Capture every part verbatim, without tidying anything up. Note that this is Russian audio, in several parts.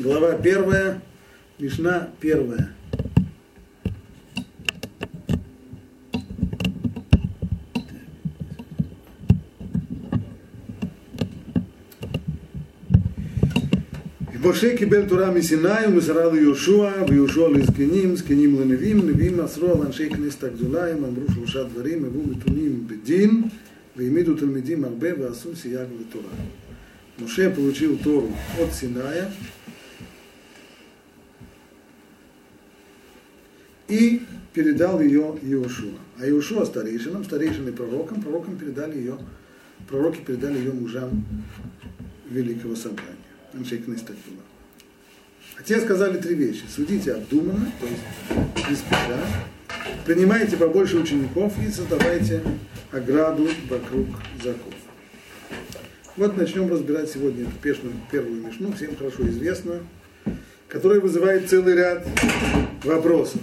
Глава первая, Мишна первая. Моше кибель Тора мисинай, умисарал Йошуа, ויהושע לזקנים, זקנים לנביאים, נביאים מסרו על אנשי כנסת הגדולה, הם אמרו שלושה דברים, הבאו נתונים בדין, והעמידו תלמידים הרבה ועשו סייג לתורה. Моше получил Тору от Синая и передал ее Йошуа. А Йошуа старейшинам, старейшины пророкам, пророкам передали ее, пророки передали ее мужам Великого Собрания. А те сказали три вещи. Судите обдуманно, то есть не спеша, принимайте побольше учеников и создавайте ограду вокруг закона. Вот начнем разбирать сегодня эту пешную, первую мишну, всем хорошо известную, которая вызывает целый ряд вопросов.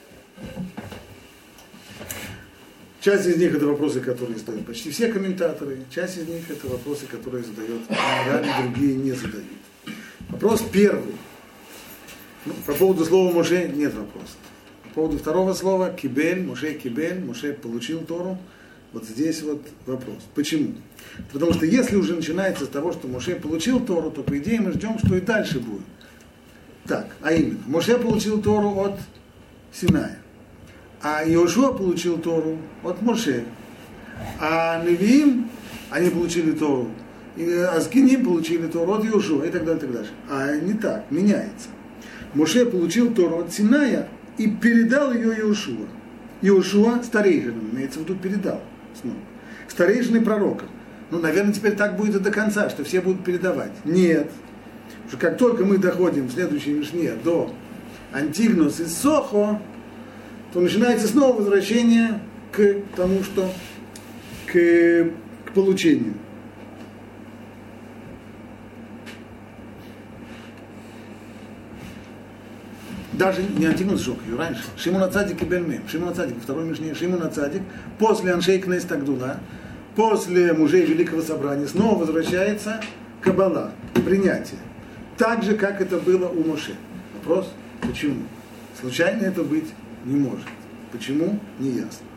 Часть из них это вопросы, которые задают почти все комментаторы, часть из них это вопросы, которые задают Рали, другие не задают. Вопрос первый. Ну, по поводу слова Моше нет вопросов. По поводу второго слова кибель, Моше кибель, Моше получил Тору. Вот здесь вот вопрос. Почему? Потому что если уже начинается с того, что Моше получил Тору, то по идее мы ждем, что и дальше будет. Так, а именно, Моше получил Тору от Синая. А Йошуа получил Тору от Моше. А Невиим, они получили Тору. И Азкиним получили Тору от Йошуа и так далее, и так дальше. А не так, меняется. Моше получил Тору от Синая и передал ее Йошуа. Йошуа старейшинам, имеется в виду, передал снова. Старейшины пророкам. Ну, наверное, теперь так будет и до конца, что все будут передавать. Нет. Потому что как только мы доходим в следующей мишне до Антигнос и Сохо, то начинается снова возвращение к тому, что к, к получению. Даже не Антигнос Шок, ее раньше. Шимон ацадик и Бельмем. Шимон ацадик, второй мишне, Шимон ацадик, после Аншей Кнессет Агдула, после мужей Великого Собрания, снова возвращается Каббала, принятие. Так же, как это было у Моше. Вопрос, почему? Случайно это быть не может. Почему? Не ясно.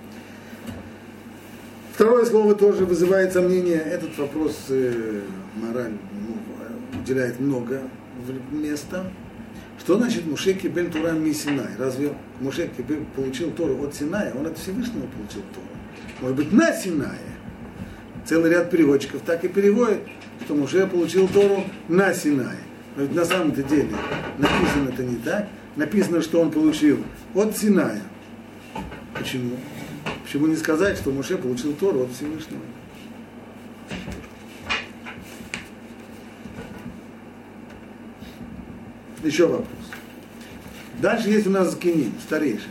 Второе слово тоже вызывает сомнения. Этот вопрос э, мораль ну, уделяет много места. Что значит Моше кибель Тора ми Синай? Разве Моше кибель получил Тору от Синая? Он от Всевышнего получил Тору. Может быть, на Синае. Целый ряд переводчиков так и переводит, что Моше получил Тору на Синае. Но ведь на самом-то деле написано это не так. Написано, что он получил от Синая. Почему? Почему не сказать, что Моше получил Тору от Всевышнего? Еще вопрос. Дальше есть у нас Закиним, старейшин.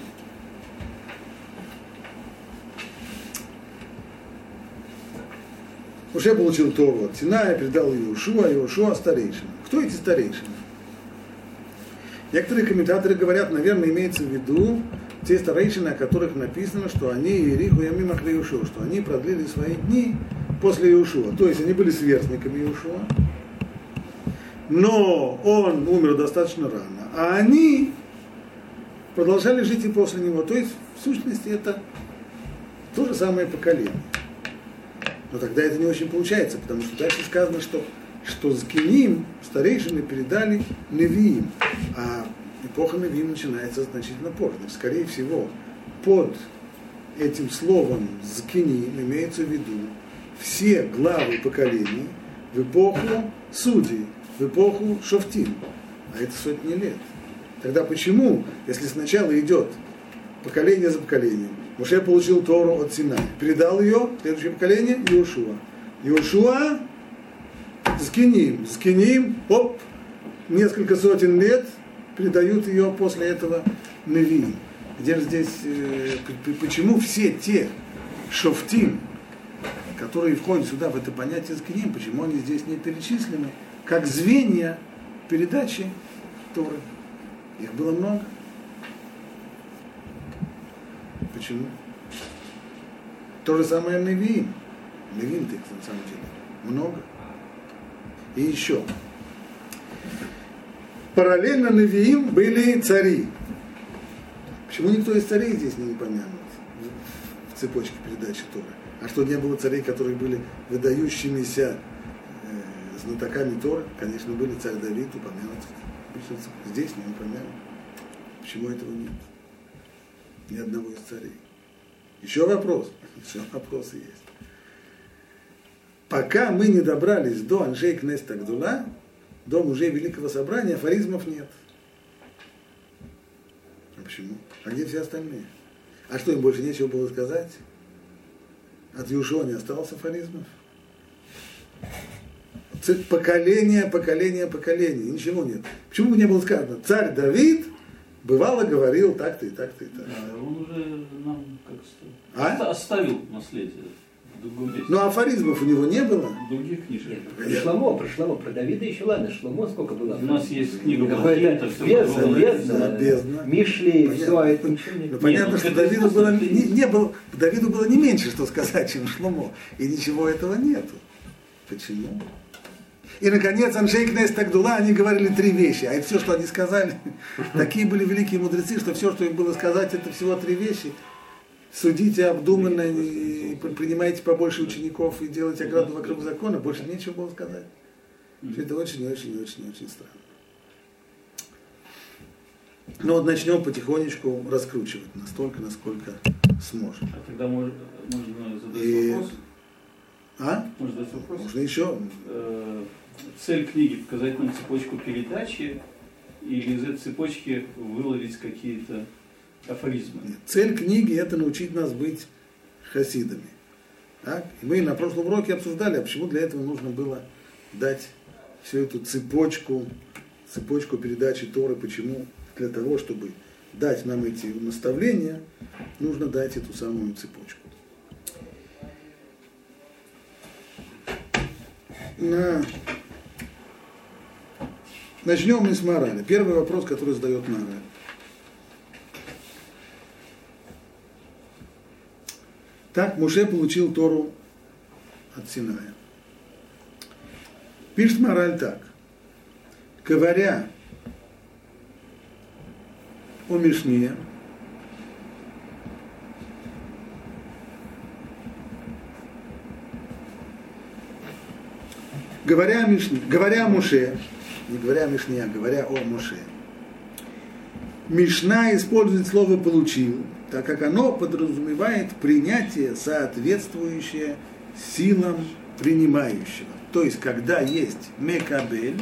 Моше получил Тору от Синая, передал ее Йошуа, Йошуа старейшин. Кто эти старейшины? Некоторые комментаторы говорят, наверное, имеется в виду те старейшины, о которых написано, что они Иериху Ямим ахри Йошуа, что они продлили свои дни после Йошуа. То есть они были сверстниками Йошуа, но он умер достаточно рано, а они продолжали жить и после него. То есть, в сущности, это то же самое поколение. Но тогда это не очень получается, потому что дальше сказано, что что Закиним, старейшины, передали Невиим, а эпоха Невиим начинается значительно позже. Скорее всего, под этим словом Закиним имеется в виду все главы поколений в эпоху судей, в эпоху Шофтим, а это сотни лет. Тогда почему, если сначала идет поколение за поколением, Моше получил Тору от Синая, передал ее, следующее поколение, Йошуа. Йошуа Скиним, скиним, оп, несколько сотен лет передают ее после этого Невиим. Где же здесь, э, почему все те шофтим, которые входят сюда, в это понятие скиним, почему они здесь не перечислены, как звенья передачи Торы? Их было много. Почему? То же самое Невиим. Невиим-то их на самом деле много. И еще. Параллельно Левиим были цари. Почему никто из царей здесь не упомянут в цепочке передачи Торы? А что, не было царей, которые были выдающимися э, знатоками Торы? Конечно, были царь Давид, упомянут. Здесь не упомянут. Почему этого нет? Ни одного из царей. Еще вопрос. Еще вопросы есть. Пока мы не добрались до Аншей Кнессет Гдула, до мужей Великого Собрания, афоризмов нет. А почему? А где все остальные? А что, им больше нечего было сказать? От Юшуа не осталось афоризмов? Поколение, поколение, поколение. Ничего нет. Почему бы не было сказано? Царь Давид бывало говорил так-то и так-то и так-то. Да, он уже нам как а? оставил наследие. Ну, афоризмов у него не было? В других книжках. Про Шломо, про Шломо, про Давида еще ладно. Шломо сколько было? У нас есть книга Какое-то бездна, бездна, бездна. Мишли, все это. Ну, понятно, нет, что Давиду было, не, не было, Давиду было не меньше, что сказать, чем Шломо. И ничего этого нету. Почему? И, наконец, Аншей Кнессет Гдула, они говорили три вещи. А это все, что они сказали, такие были великие мудрецы, что все, что им было сказать, это всего три вещи. Судите обдуманно, и принимайте побольше учеников и делайте ограду вокруг закона, больше нечего было сказать. Что это очень-очень-очень-очень странно. Ну вот начнем потихонечку раскручивать, настолько, насколько сможем. А тогда можно, можно задать и... вопрос? А? Можно задать вопрос? Можно еще. Цель книги — показать нам цепочку передачи, или из этой цепочки выловить какие-то афоризмы? Нет. Цель книги — это научить нас быть хасидами. Так? И мы на прошлом уроке обсуждали, а почему для этого нужно было дать всю эту цепочку, цепочку передачи Торы, почему для того, чтобы дать нам эти наставления, нужно дать эту самую цепочку. На... Начнем мы с морали. Первый вопрос, который задает мораль. Так Моше получил Тору от Синая. Пишет мораль так. Говоря о Мишне, говоря о Мишне, говоря о Моше, не говоря о Мишне, а говоря о Моше, Мишна использует слово «получил», так как оно подразумевает принятие, соответствующее силам принимающего. То есть, когда есть мекабель,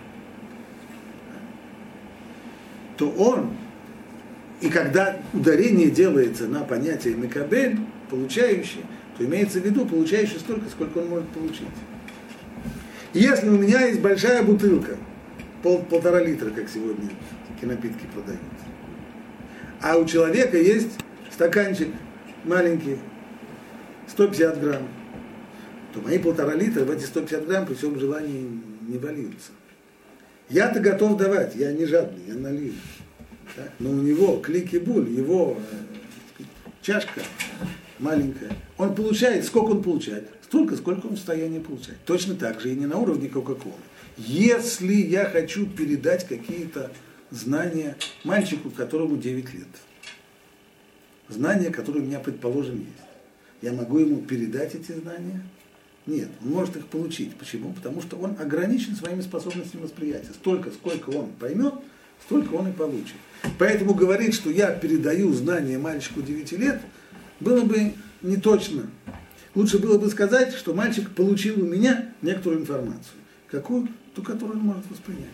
то он, и когда ударение делается на понятие мекабель, получающий, то имеется в виду получающий столько, сколько он может получить. Если у меня есть большая бутылка, пол, полтора литра, как сегодня такие напитки продают, а у человека есть стаканчик маленький, сто пятьдесят грамм, то мои полтора литра в эти сто пятьдесят грамм при всем желании не вольются. Я-то готов давать, я не жадный, я налью. Так? Но у него клик-и-буль, его э, чашка маленькая, он получает, сколько он получает? Столько, сколько он в состоянии получать. Точно так же и не на уровне Кока-Колы. Если я хочу передать какие-то знания мальчику, которому девять лет, знания, которые у меня, предположим, есть, я могу ему передать эти знания? Нет, он может их получить. Почему? Потому что он ограничен своими способностями восприятия. Столько, сколько он поймет, столько он и получит. Поэтому говорить, что я передаю знания мальчику девяти лет, было бы не точно. Лучше было бы сказать, что мальчик получил у меня некоторую информацию. Какую? Ту, которую он может воспринять.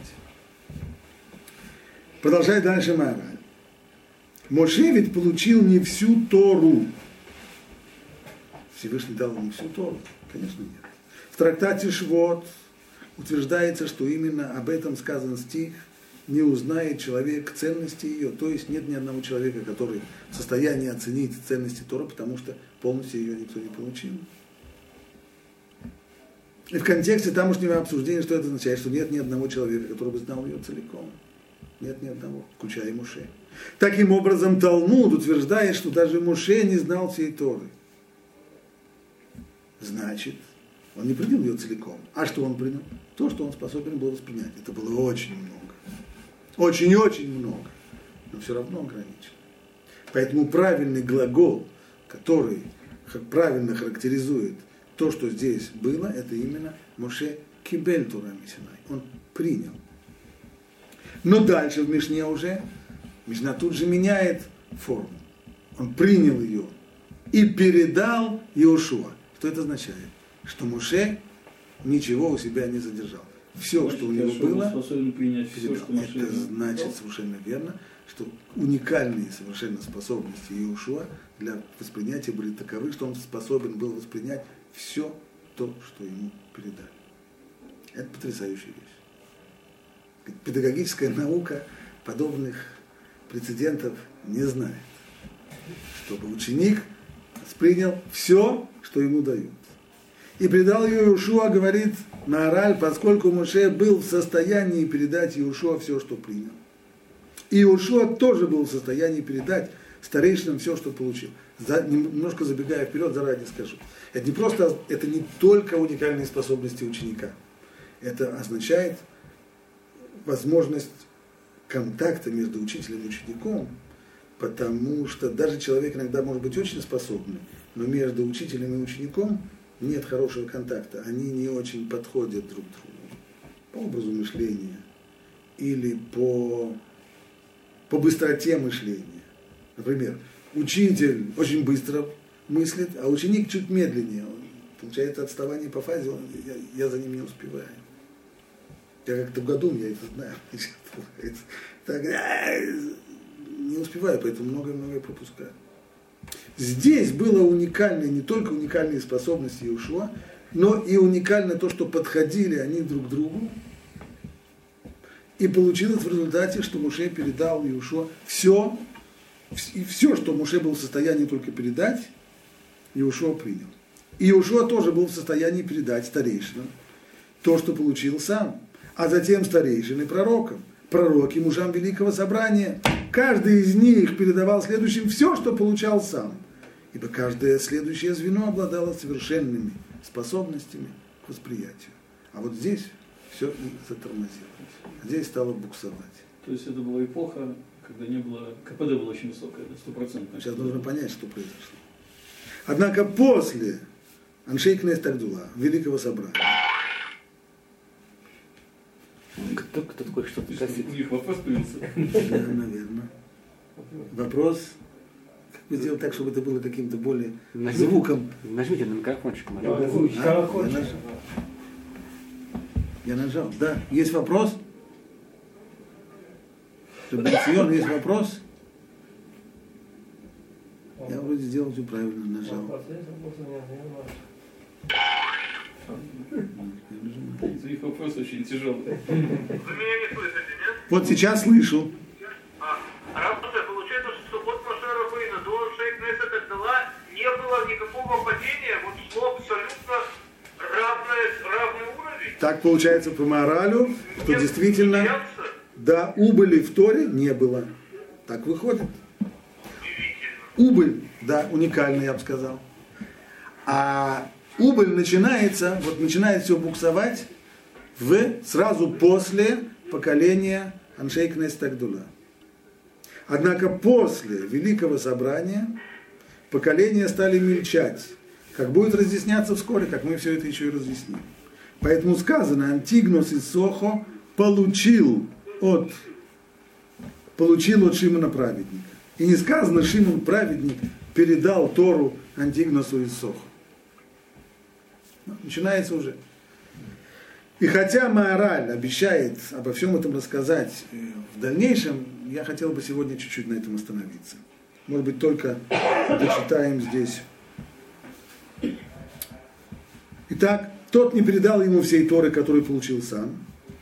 Продолжай дальше мораль. Моше ведь получил не всю Тору. Всевышний дал ему всю Тору? Конечно, нет. В трактате Швот утверждается, что именно об этом сказан стих: не узнает человек ценности ее. То есть нет ни одного человека, который в состоянии оценить ценности Торы, потому что полностью ее никто не получил. И в контексте тамошнего обсуждения, что это означает? Что нет ни одного человека, который бы знал ее целиком. Нет ни одного, включая Моше. Таким образом, Талмуд утверждает, что даже Моше не знал всей Торы. Значит, он не принял ее целиком. А что он принял? То, что он способен был воспринять. Это было очень много. очень-очень много, но все равно ограничено. Поэтому правильный глагол, который правильно характеризует то, что здесь было, это именно Моше кибель Тора мисинай. Он принял. Но дальше в Мишне уже, Мишна тут же меняет форму. Он принял ее и передал Иошуа. Что это означает? Что Моше ничего у себя не задержал. Все, Значит, что у него было, способен принять все, что Моше это значит совершенно верно, что уникальные совершенно способности Иошуа для воспринятия были таковы, что он способен был воспринять все то, что ему передали. Это потрясающая вещь. Педагогическая наука подобных прецедентов не знает. Чтобы ученик воспринял все, что ему дают. И предал ее Иошуа, говорит Маораль, поскольку Моше был в состоянии передать Иошуа все, что принял. И Иошуа тоже был в состоянии передать старейшинам все, что получил. За, немножко забегая вперед, заранее скажу. Это не просто, это не только уникальные способности ученика. Это означает возможность контакта между учителем и учеником, потому что даже человек иногда может быть очень способный, но между учителем и учеником нет хорошего контакта. Они не очень подходят друг к другу по образу мышления или по, по быстроте мышления. Например, учитель очень быстро мыслит, а ученик чуть медленнее. Получается отставание по фазе, он, я, я за ним не успеваю. Я как-то в году, я это знаю. Так, не успеваю, поэтому многое-многое пропускаю. Здесь было уникальное, не только уникальные способности Иошуа, но и уникально то, что подходили они друг к другу. И получилось в результате, что Моше передал Иошуа все, и все, что Моше был в состоянии только передать, Иошуа принял. И Иошуа тоже был в состоянии передать старейшинам то, что получил сам. А затем старейшины пророкам, пророки мужам Великого Собрания. Каждый из них передавал следующим все, что получал сам. Ибо каждое следующее звено обладало совершенными способностями к восприятию. А вот здесь все и затормозилось. Здесь стало буксовать. То есть это была эпоха, когда не было, КПД было очень высокое, стопроцентное. Сейчас нужно понять, что произошло. Однако после Аншей Кнессет Агдула, Великого Собрания, Кто, кто такой что-то косит? У них вопрос появился. да, наверное. Вопрос, как бы сделать так, чтобы это было каким-то более Нажмите, звуком. нажмите на микрофончик. А? Я нажал. Я нажал. Да. Есть вопрос? Бенцион, есть вопрос? Я вроде сделал все правильно, нажал. Их вопрос очень тяжелый. Вы меня не слышите, нет? Вот сейчас слышу. А, Рамбузе, получается, что от Моше Рабейну до Аншей Кнессет Агдула не было никакого падения, вот шло абсолютно равное, равный уровень. Так получается по моралю, что Нет, действительно, меняться? да, убыли в Торе не было. Так выходит. Убыль, да, уникальный, я бы сказал. А убыль начинается, вот начинает все буксовать в, сразу после поколения Аншей Кнессет Агдула. Однако после Великого Собрания поколения стали мельчать, как будет разъясняться вскоре, как мы все это еще и разъясним. Поэтому сказано, Антигнос из Сохо получил от, получил от Шимона праведника. И не сказано, Шимон праведник передал Тору Антигносу из Сохо. Начинается уже. И хотя Маораль обещает обо всем этом рассказать в дальнейшем, я хотел бы сегодня чуть-чуть на этом остановиться. Может быть, только дочитаем здесь. Итак, тот не передал ему всей Торы, которую получил сам.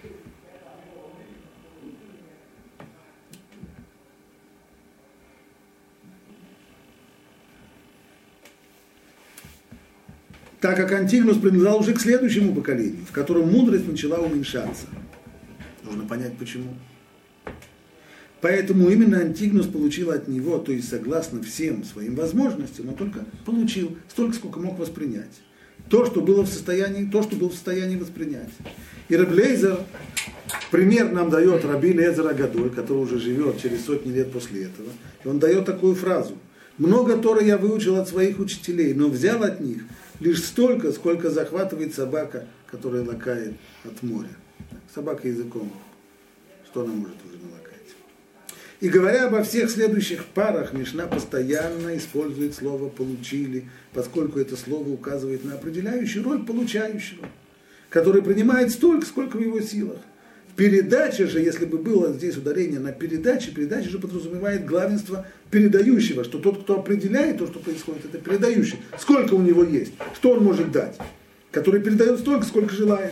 Так как Антигнос принадлежал уже к следующему поколению, в котором мудрость начала уменьшаться. Нужно понять, почему. Поэтому именно Антигнос получил от него, то есть согласно всем своим возможностям, он только получил столько, сколько мог воспринять. То, что было в состоянии, то, что был в состоянии воспринять. И Рeb Лейзер Пример нам дает Раби Элиэзер ха-Гадоль, который уже живет через сотни лет после этого. И он дает такую фразу. Много Торы я выучил от своих учителей, но взял от них лишь столько, сколько захватывает собака, которая лакает от моря. Собака языком. Что она может уже налакать? И говоря обо всех следующих парах, Мишна постоянно использует слово «получили», поскольку это слово указывает на определяющую роль получающего, который принимает столько, сколько в его силах. Передача же, если бы было здесь ударение на передаче, передача же подразумевает главенство передающего, что тот, кто определяет то, что происходит, это передающий. Сколько у него есть, что он может дать, который передает столько, сколько желает.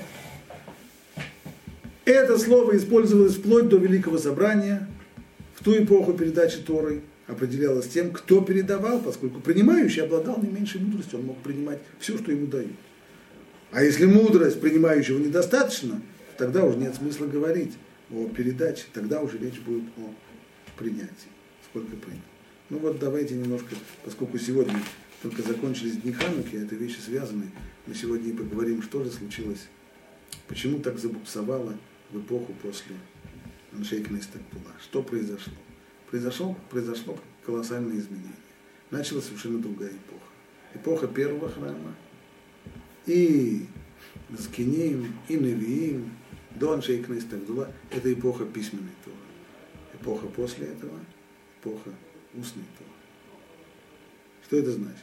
Это слово использовалось вплоть до Великого Собрания. В ту эпоху передачи Торы определялось тем, кто передавал, поскольку принимающий обладал не меньшей мудростью, он мог принимать все, что ему дают. А если мудрость принимающего недостаточно, тогда уже нет смысла говорить о передаче, тогда уже речь будет о принятии, сколько принято. Ну вот давайте немножко, поскольку сегодня только закончились дни Хануки, а это вещи связаны, мы сегодня и поговорим, что же случилось, почему так забуксовало в эпоху после Аншей Кнессет Гдула. Что произошло? Произошло, произошло колоссальное изменение. Началась совершенно другая эпоха. Эпоха первого храма. И Зкиним, и Невиим, до Аншей Кнессет Гдула – это эпоха письменной Торы. Эпоха после этого – эпоха устной Торы. Что это значит?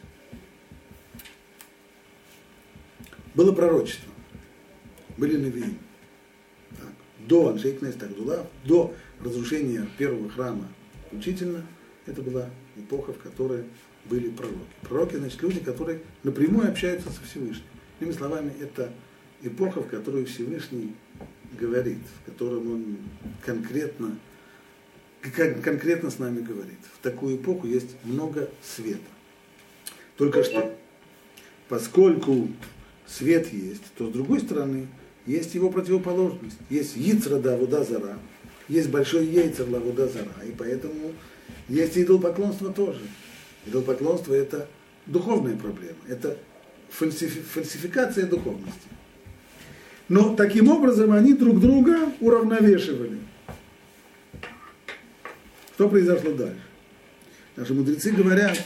Было пророчество, были Невиим. До Аншей Кнессет Гдула, до разрушения первого храма включительно, это была эпоха, в которой были пророки. Пророки, значит, люди, которые напрямую общаются со Всевышним. Иными словами, это эпоха, в которой Всевышний говорит, в котором он конкретно, конкретно с нами говорит. В такую эпоху есть много света. Только что, поскольку свет есть, то с другой стороны, есть его противоположность. Есть Йицра да Авода Зара, есть большой Йейцер ла Авода Зара, и поэтому есть идолопоклонство тоже. Идолопоклонство – это духовная проблема, это фальсифи- фальсификация духовности. Но таким образом они друг друга уравновешивали. Что произошло дальше? Наши мудрецы говорят,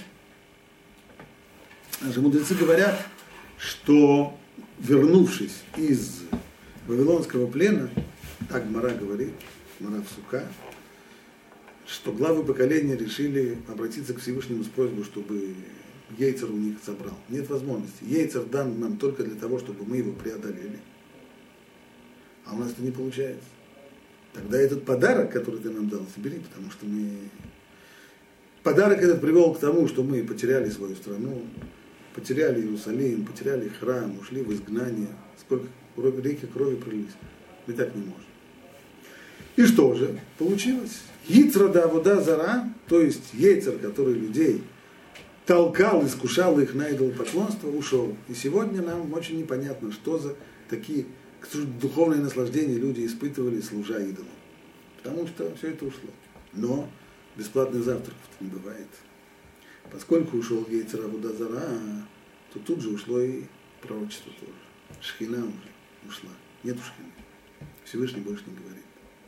наши мудрецы говорят, что вернувшись из Вавилонского плена, так Гмара говорит, Гмара в Сука, что главы поколения решили обратиться к Всевышнему с просьбой, чтобы Йейцер у них забрал. Нет возможности. Йейцер дан нам только для того, чтобы мы его преодолели. А у нас это не получается. Тогда этот подарок, который ты нам дал, собери, потому что мы... Подарок этот привел к тому, что мы потеряли свою страну, потеряли Иерусалим, потеряли храм, ушли в изгнание. Сколько реки крови пролились. Мы так не можем. И что же получилось? Йицра да Авода Зара, то есть Йейцер, который людей толкал, искушал их на идолопоклонство, ушел. И сегодня нам очень непонятно, что за такие духовные наслаждения люди испытывали, служа идолам. Потому что все это ушло. Но бесплатных завтраков-то не бывает. Поскольку ушел Йейцер Авода Зара, то тут же ушло и пророчество тоже. Шхина уже ушла. Нету шхины. Всевышний больше не говорит.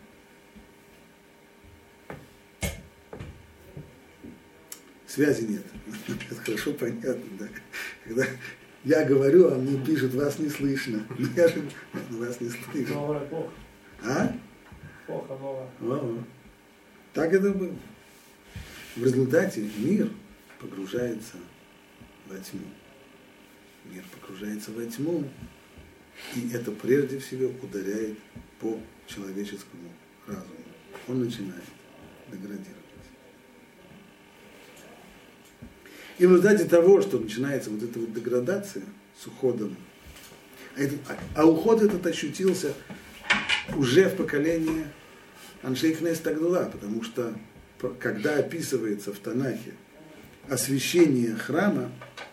Связи нет. Это хорошо понятно, да. Когда я говорю, а мне пишут, вас не слышно. Я же вас не слышу. Новая эпоха. А? Эпоха новая. О-о. Так это было. В результате мир погружается во тьму. Мир погружается во тьму, и это прежде всего ударяет по человеческому разуму. Он начинает деградировать. И в результате того, что начинается вот эта вот деградация с уходом, а, это, а уход этот ощутился уже в поколении Аншей Кнессет Гдула, потому что когда описывается в Танахе освящение храма,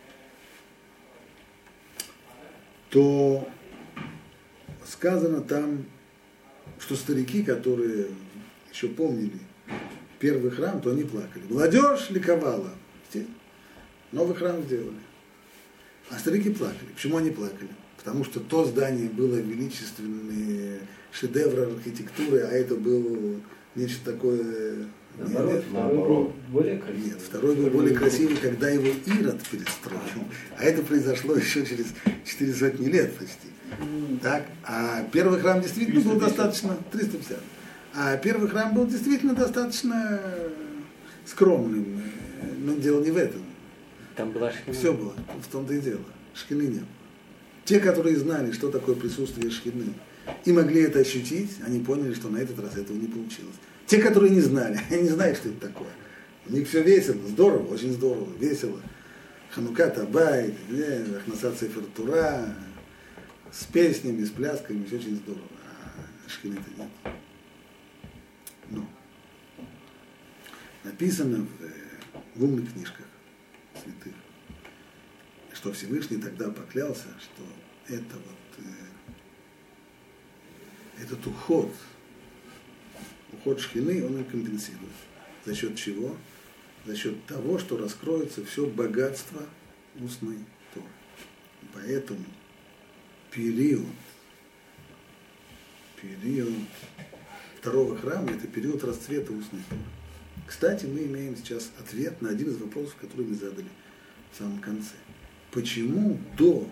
то сказано там, что старики, которые еще помнили первый храм, то они плакали. Молодежь ликовала. Новый храм сделали. А старики плакали. Почему они плакали? потому что то здание было величественный шедевр архитектуры, а это было нечто такое... Наоборот, нет, второй был более красивый. Нет, второй был более красивый, когда его Ирод перестроил. А это произошло еще через четыре сотни лет почти. Так? А первый храм действительно был достаточно... триста пятьдесят. А первый храм был действительно достаточно скромным. Но дело не в этом. Там была шхина. Все было, в том-то и дело. Шхины не было. Те, которые знали, что такое присутствие шхины, и могли это ощутить, они поняли, что на этот раз этого не получилось. Те, которые не знали, они не знают, что это такое. У них все весело, здорово, очень здорово, весело. Ханука Табай, Ахнаса Сефер Тура, с песнями, с плясками, все очень здорово. А шхины-то нет. Но написано в, в умных книжках святых, что Всевышний тогда поклялся, что это вот, э, этот уход, уход шхины, он им компенсирует. За счет чего? За счет того, что раскроется все богатство устной Торы. Поэтому период, период второго храма – это период расцвета устной Торы. Кстати, мы имеем сейчас ответ на один из вопросов, который мы задали в самом конце. Почему до,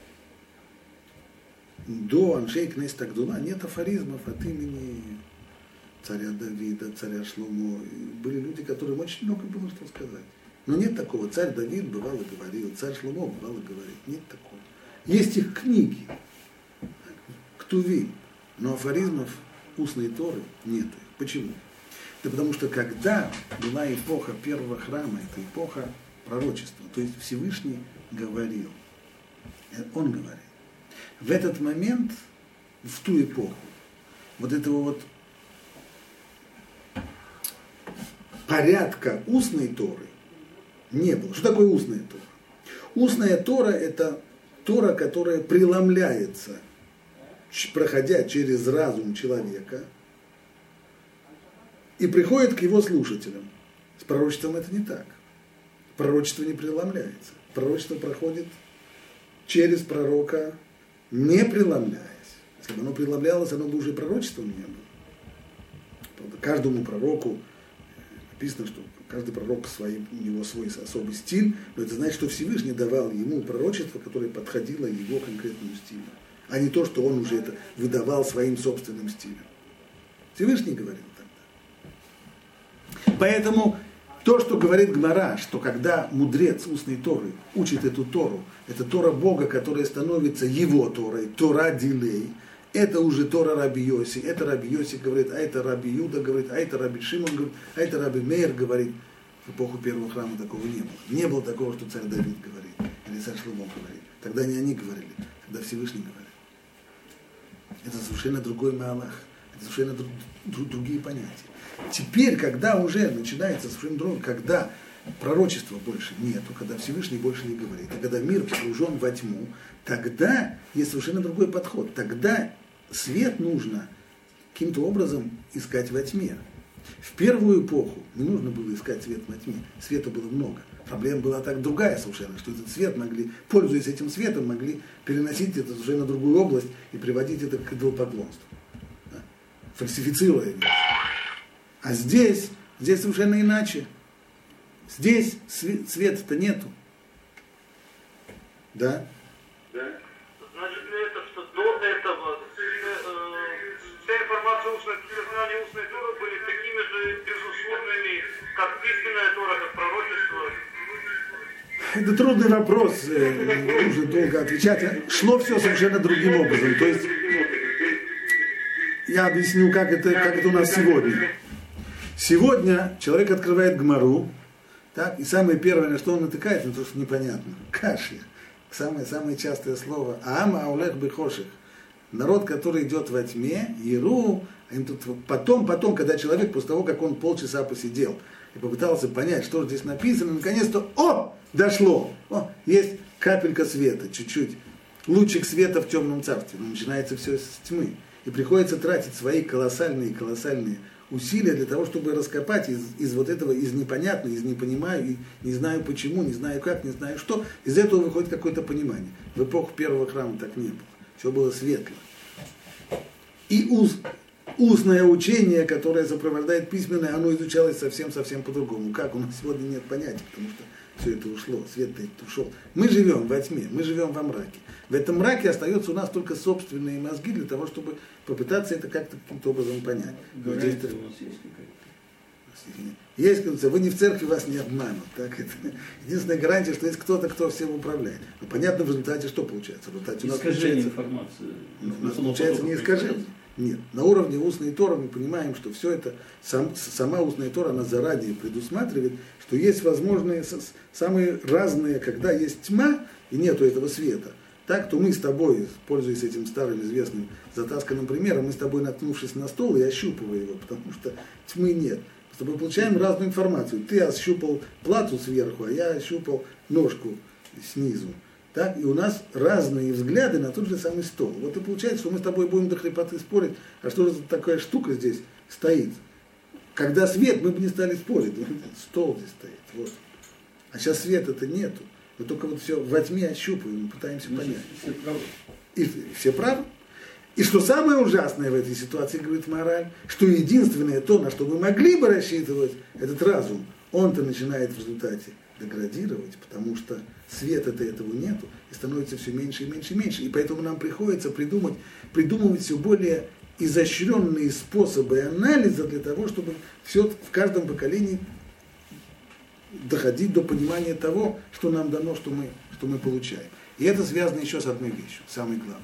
до Аншей Кнессет Агдула нет афоризмов от имени царя Давида, царя Шломо? Были люди, которым очень много было что сказать. Но нет такого. Царь Давид бывало говорил, царь Шломо бывало говорит. Нет такого. Есть их книги, Ктувим, но афоризмов устной Торы нету. Почему? Да потому что когда была эпоха первого храма, это эпоха пророчества, то есть Всевышний говорил, он говорил. В этот момент, в ту эпоху, вот этого вот порядка устной Торы не было. Что такое устная Тора? Устная Тора – это Тора, которая преломляется, проходя через разум человека, и приходит к его слушателям. С пророчеством это не так. Пророчество не преломляется. Пророчество проходит через пророка, не преломляясь. Если бы оно преломлялось, оно бы уже пророчеством не было. Правда, каждому пророку написано, что каждый пророк свой, у него свой особый стиль, но это значит, что Всевышний давал ему пророчество, которое подходило его конкретному стилю, а не то, что он уже это выдавал своим собственным стилем. Всевышний говорил тогда. Поэтому то, что говорит Гмара, что когда мудрец устной Торы учит эту Тору, это Тора Бога, которая становится его Торой, Тора Дилей, это уже Тора Раби Йоси, это Раби Йоси говорит, а это Раби Юда говорит, а это Раби Шимон говорит, а это Раби Меир говорит. В эпоху первого храма такого не было. Не было такого, что царь Давид говорит, или царь Шломо говорит. Тогда не они говорили, тогда Всевышний говорит. Это совершенно другой Маалах, это совершенно друг, друг, другие понятия. Теперь, когда уже начинается совершенно другое, когда пророчества больше нету, когда Всевышний больше не говорит, а когда мир погружен во тьму, тогда есть совершенно другой подход. Тогда свет нужно каким-то образом искать во тьме. В первую эпоху не нужно было искать свет во тьме, света было много. Проблема была так другая совершенно, что этот свет могли, пользуясь этим светом, могли переносить это совершенно на другую область и приводить это к идолопоклонству, да? Фальсифицируя вещи. А здесь, здесь совершенно иначе. Здесь света-то нету. Да? Да. Значит ли это, что до этого э, вся информация устной, все знания устной Торы были такими же безусловными, как письменная Тора, как пророчество? Это трудный вопрос, нужно долго отвечать. Шло все совершенно другим образом. То есть, я объясню, как это, как это у нас сегодня. Сегодня человек открывает Гмару, так, и самое первое, на что он натыкается, то, что непонятно. Кашья. Самое-самое частое слово. Аама аулех бехоших. Народ, который идет во тьме, Еру, потом, потом, когда человек, после того, как он полчаса посидел и попытался понять, что же здесь написано, наконец-то, о, дошло. О, есть капелька света, чуть-чуть. Лучик света в темном царстве. Но начинается все с тьмы. и приходится тратить свои колоссальные-колоссальные усилия для того, чтобы раскопать из, из вот этого, из непонятного, из не понимаю, и не знаю почему, не знаю как, не знаю что, из этого выходит какое-то понимание. В эпоху первого храма так не было. Все было светло. И уз, устное учение, которое сопровождает письменное, оно изучалось совсем-совсем по-другому. Как у нас сегодня нет понятия, потому что все это ушло, свет-то это ушел. Мы живем во тьме, мы живем во мраке. В этом мраке остается у нас только собственные мозги для того, чтобы попытаться это как-то каким-то образом понять. Вот здесь у нас есть какая-то? Есть, кажется, вы не в церкви, вас не обманут. Так? Это единственная гарантия, что есть кто-то, кто всем управляет. Но понятно, в результате что получается? В результате у нас Искажение получается, информации. у нас получается не искажение. Нет. На уровне устной Торы мы понимаем, что все это, сам, сама устная Тора, она заранее предусматривает, что есть возможные, самые разные, когда есть тьма и нету этого света. Так, то мы с тобой, пользуясь этим старым известным затасканным примером, мы с тобой, наткнувшись на стол, и ощупывая его, потому что тьмы нет. С тобой получаем разную информацию. Ты ощупал плату сверху, а я ощупал ножку снизу. Так? И у нас разные взгляды на тот же самый стол. Вот и получается, что мы с тобой будем до хрипоты спорить, а что же за такая штука здесь стоит. Когда свет, мы бы не стали спорить. Стол здесь стоит. Вот. А сейчас света-то нету. Мы только вот все во тьме ощупываем, пытаемся Ну, понять. все правы. И все правы. И что самое ужасное в этой ситуации, говорит мораль, что единственное то, на что мы могли бы рассчитывать, этот разум, он-то начинает в результате деградировать, потому что света-то этого нету, и становится все меньше и меньше и меньше. И поэтому нам приходится придумать, придумывать все более изощренные способы анализа для того, чтобы все в каждом поколении доходить до понимания того, что нам дано, что мы, что мы получаем. И это связано еще с одной вещью, самой главной.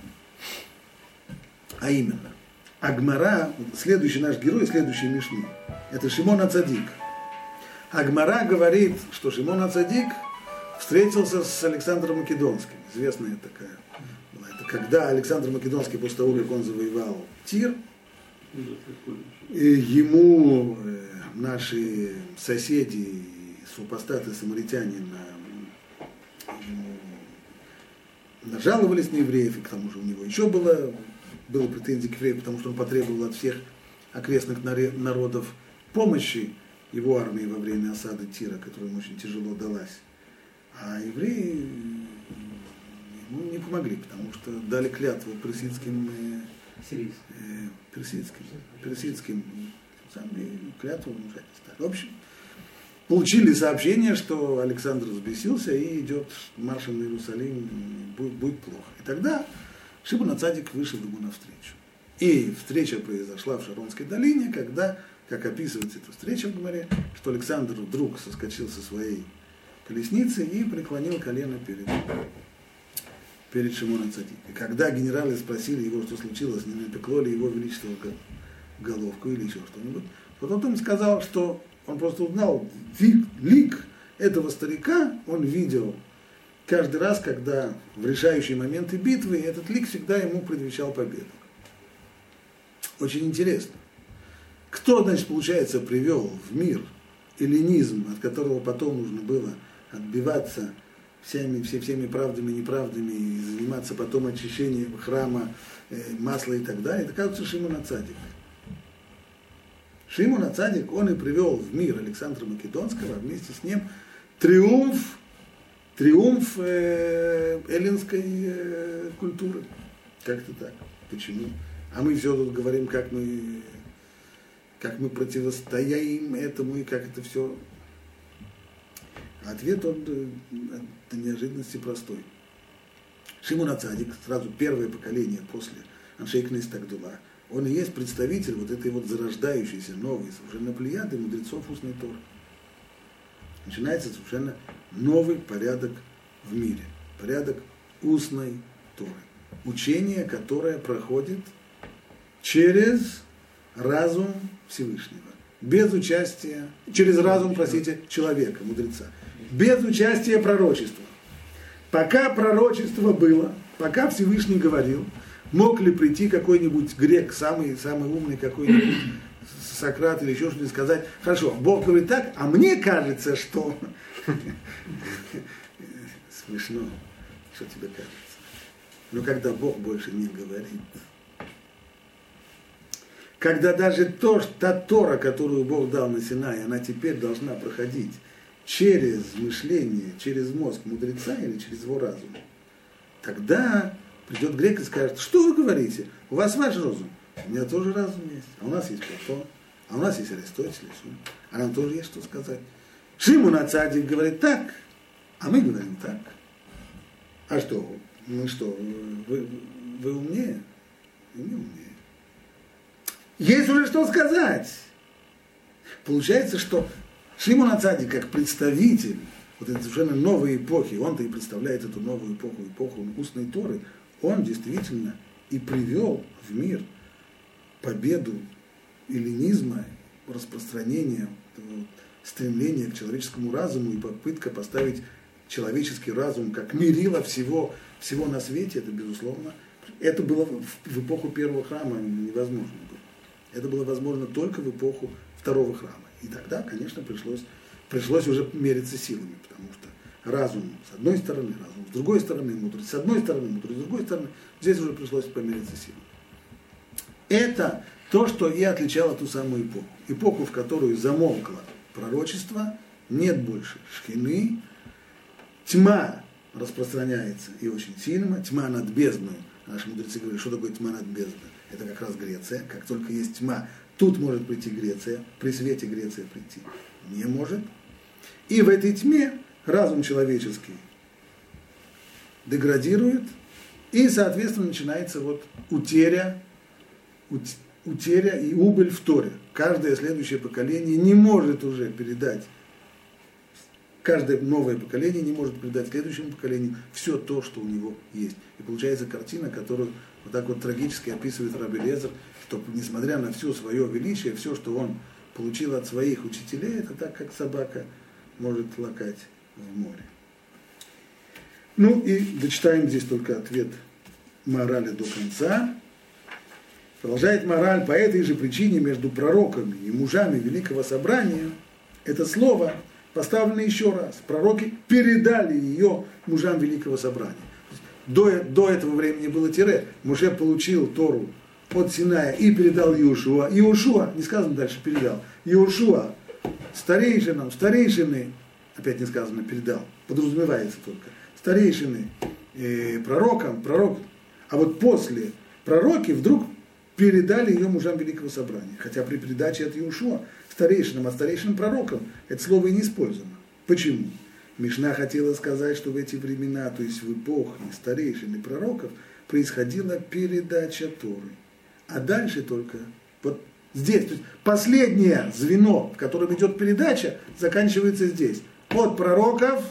А именно, Агмара, следующий наш герой, следующий Мишни, это Шимон ха-Цадик. Агмара говорит, что Шимон ха-Цадик встретился с Александром Македонским. Известная такая была. Это когда Александр Македонский, после того, как он завоевал Тир, ему наши соседи, супостаты, самаритяне, нажаловались на евреев, и к тому же у него еще было, было претензий к евреям, потому что он потребовал от всех окрестных народов помощи его армии во время осады Тира, которая ему очень тяжело далась. А евреи ему не помогли, потому что дали клятву персидским, э, персидским, персидским, сами клятву нарушать не стали. В общем, получили сообщение, что Александр взбесился и идет маршем на Иерусалим, будет, будет плохо. И тогда Шимон ха-Цадик вышел ему навстречу. И встреча произошла в Шаронской долине, когда, как описывается эта встреча в Гемаре, что Александр вдруг соскочил со своей колесницы и преклонил колено перед, перед Шимоном ха-Цадиком. И когда генералы спросили его, что случилось, не напекло ли его величество головку или еще что-нибудь, потом он сказал, что он просто узнал вид, лик этого старика, он видел каждый раз, когда в решающие моменты битвы этот лик всегда ему предвещал победу. Очень интересно. Кто, значит, получается, привел в мир эллинизм, от которого потом нужно было отбиваться всеми, все, всеми правдами и неправдами и заниматься потом очищением храма, э, масла и так далее, это, кажется, Шимон ха-Цадик. Шимон ха-Цадик, он и привел в мир Александра Македонского, а вместе с ним триумф, триумф э, эллинской э, культуры. Как-то так. Почему? А мы все тут говорим, как мы, как мы противостоим этому и как это все. Ответ, он до неожиданности простой. Шимон ха-Цадик, сразу первое поколение после Аншей Кнесет Агдула, он и есть представитель вот этой вот зарождающейся новой, совершенно плеяды мудрецов устной Торы. Начинается совершенно новый порядок в мире. Порядок устной Торы. Учение, которое проходит через разум Всевышнего. Без участия, через разум, простите, человека, мудреца. Без участия пророчества. Пока пророчество было, пока Всевышний говорил, мог ли прийти какой-нибудь грек, самый, самый умный какой-нибудь Сократ или еще что-нибудь, сказать, хорошо, Бог говорит так, а мне кажется, что... Смешно, что тебе кажется. Но когда Бог больше не говорит, когда даже то, та Тора, которую Бог дал на Синае, она теперь должна проходить через мышление, через мозг мудреца или через его разум, тогда придет грек и скажет: что вы говорите? У вас ваш разум, у меня тоже разум есть, а у нас есть Платон, а у нас есть Аристотель, а нам тоже есть что сказать. Шимон ха-Цадик говорит так, а мы говорим так. А что, мы что, вы, вы умнее? Мы не умнее. Есть уже что сказать. Получается, что Шимон ха-Цадик, как представитель вот этой совершенно новой эпохи, он-то и представляет эту новую эпоху, эпоху устной Торы, он действительно и привел в мир победу эллинизма, распространение, стремление к человеческому разуму и попытка поставить человеческий разум как мерило всего, всего на свете, это безусловно, это было в, в эпоху первого храма невозможно было. Это было возможно только в эпоху второго храма. И тогда, конечно, пришлось, пришлось уже мериться силами, потому что разум с одной стороны, разум с другой стороны, мудрость с одной стороны, мудрость с другой стороны, здесь уже пришлось помериться силами. Это то, что и отличало ту самую эпоху. Эпоху, в которую замолкло пророчество, нет больше шхины, тьма распространяется и очень сильно, тьма над бездной. Наши мудрецы говорят, что такое тьма над бездной? Это как раз Греция. Как только есть тьма, тут может прийти Греция, при свете Греция прийти не может. И в этой тьме разум человеческий деградирует, и, соответственно, начинается вот утеря, утеря и убыль в Торе. Каждое следующее поколение не может уже передать, каждое новое поколение не может передать следующему поколению все то, что у него есть. И получается картина, которую вот так вот трагически описывает Раби Элиэзер, что несмотря на все свое величие, все, что он получил от своих учителей, это так, как собака может лакать в море. Ну и дочитаем здесь только ответ Маораля до конца. Продолжает Маораль: по этой же причине между пророками и мужами Великого Собрания это слово поставлено еще раз. Пророки передали ее мужам Великого Собрания. До, до этого времени было тире. Муше получил Тору от Синая и передал Иошуа. Иошуа, не сказано дальше, передал. Иошуа старейшинам, старейшины, опять не сказано передал, подразумевается только, старейшины э, пророкам, пророк. А вот после пророки вдруг передали ее мужам Великого Собрания. Хотя при передаче от Иошуа старейшинам, от старейшинам пророкам это слово и не использовано. Почему? Мишна хотела сказать, что в эти времена, то есть в эпоху старейшин и пророков, происходила передача Торы. А дальше только, вот здесь, то есть последнее звено, в котором идет передача, заканчивается здесь. От пророков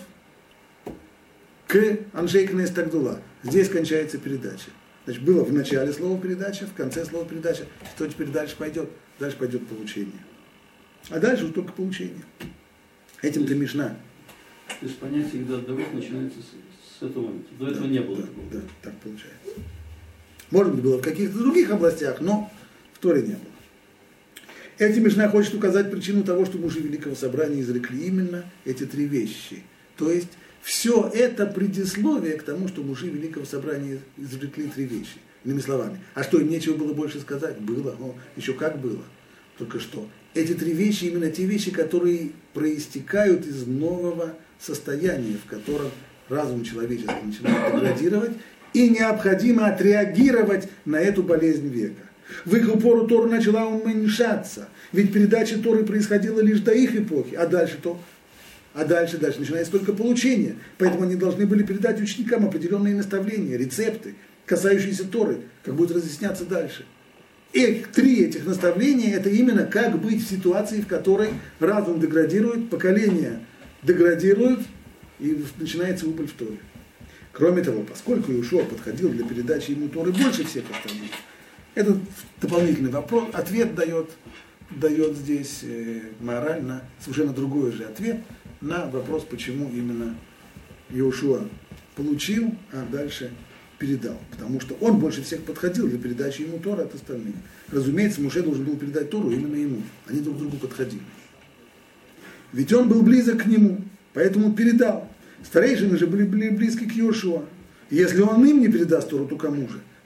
к Аншей Кнессет Агдула. Здесь кончается передача. Значит, было в начале слова передача, в конце слова передача. Что теперь дальше пойдет? Дальше пойдет получение. А дальше уже только получение. Этим-то Мишна. То есть понятие «Гдат-Давид» начинается с, с этого момента. До этого да, не было да, такого. Да, так получается. Может быть, было в каких-то других областях, но в Торе не было. Этим Мишна хочет указать причину того, что мужи Великого Собрания изрекли именно эти три вещи. То есть все это предисловие к тому, что мужи Великого Собрания изрекли три вещи. Иными словами. А что, им нечего было больше сказать? Было. О, еще как было. Только что. Эти три вещи именно те вещи, которые проистекают из нового состояния, в котором разум человеческий начинает деградировать, и необходимо отреагировать на эту болезнь века. В их упору Тора начала уменьшаться, ведь передача Торы происходила лишь до их эпохи, а дальше то, а дальше, дальше начинается только получение. Поэтому они должны были передать ученикам определенные наставления, рецепты, касающиеся Торы, как будет разъясняться дальше. И три этих наставления – это именно как быть в ситуации, в которой разум деградирует, поколения деградируют, и начинается убыль в Торе. Кроме того, поскольку Иошуа подходил для передачи ему Торы больше всех остальных, этот дополнительный вопрос, ответ дает, дает здесь э, Маораль на совершенно другой же ответ на вопрос, почему именно Иошуа получил, а дальше передал. Потому что он больше всех подходил для передачи ему Торы от остальных. Разумеется, Моше должен был передать Тору именно ему. Они друг другу подходили. Ведь он был близок к нему, поэтому передал. Старейшины же были, были близки к Иошуа. Если он им не передаст Тору, то кому же?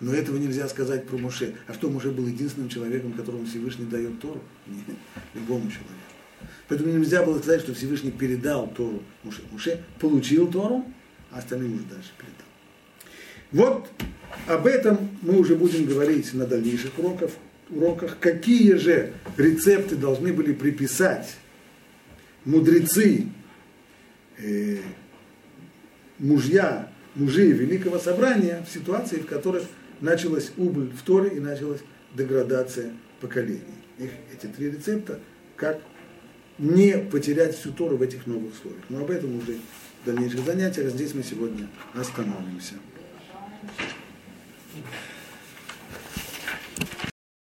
Но этого нельзя сказать про Моше. А что, Моше был единственным человеком, которому Всевышний дает Тору? Нет, любому человеку. Поэтому нельзя было сказать, что Всевышний передал Тору Моше. Моше получил Тору, а остальным уже дальше передал. Вот об этом мы уже будем говорить на дальнейших уроках. уроках. Какие же рецепты должны были приписать мудрецы, э, мужья, мужи Великого Собрания в ситуации, в которых началась убыль в Торе и началась деградация поколений. Их, эти три рецепта, как не потерять всю Тору в этих новых условиях. Но об этом уже в дальнейших занятиях. Здесь мы сегодня остановимся.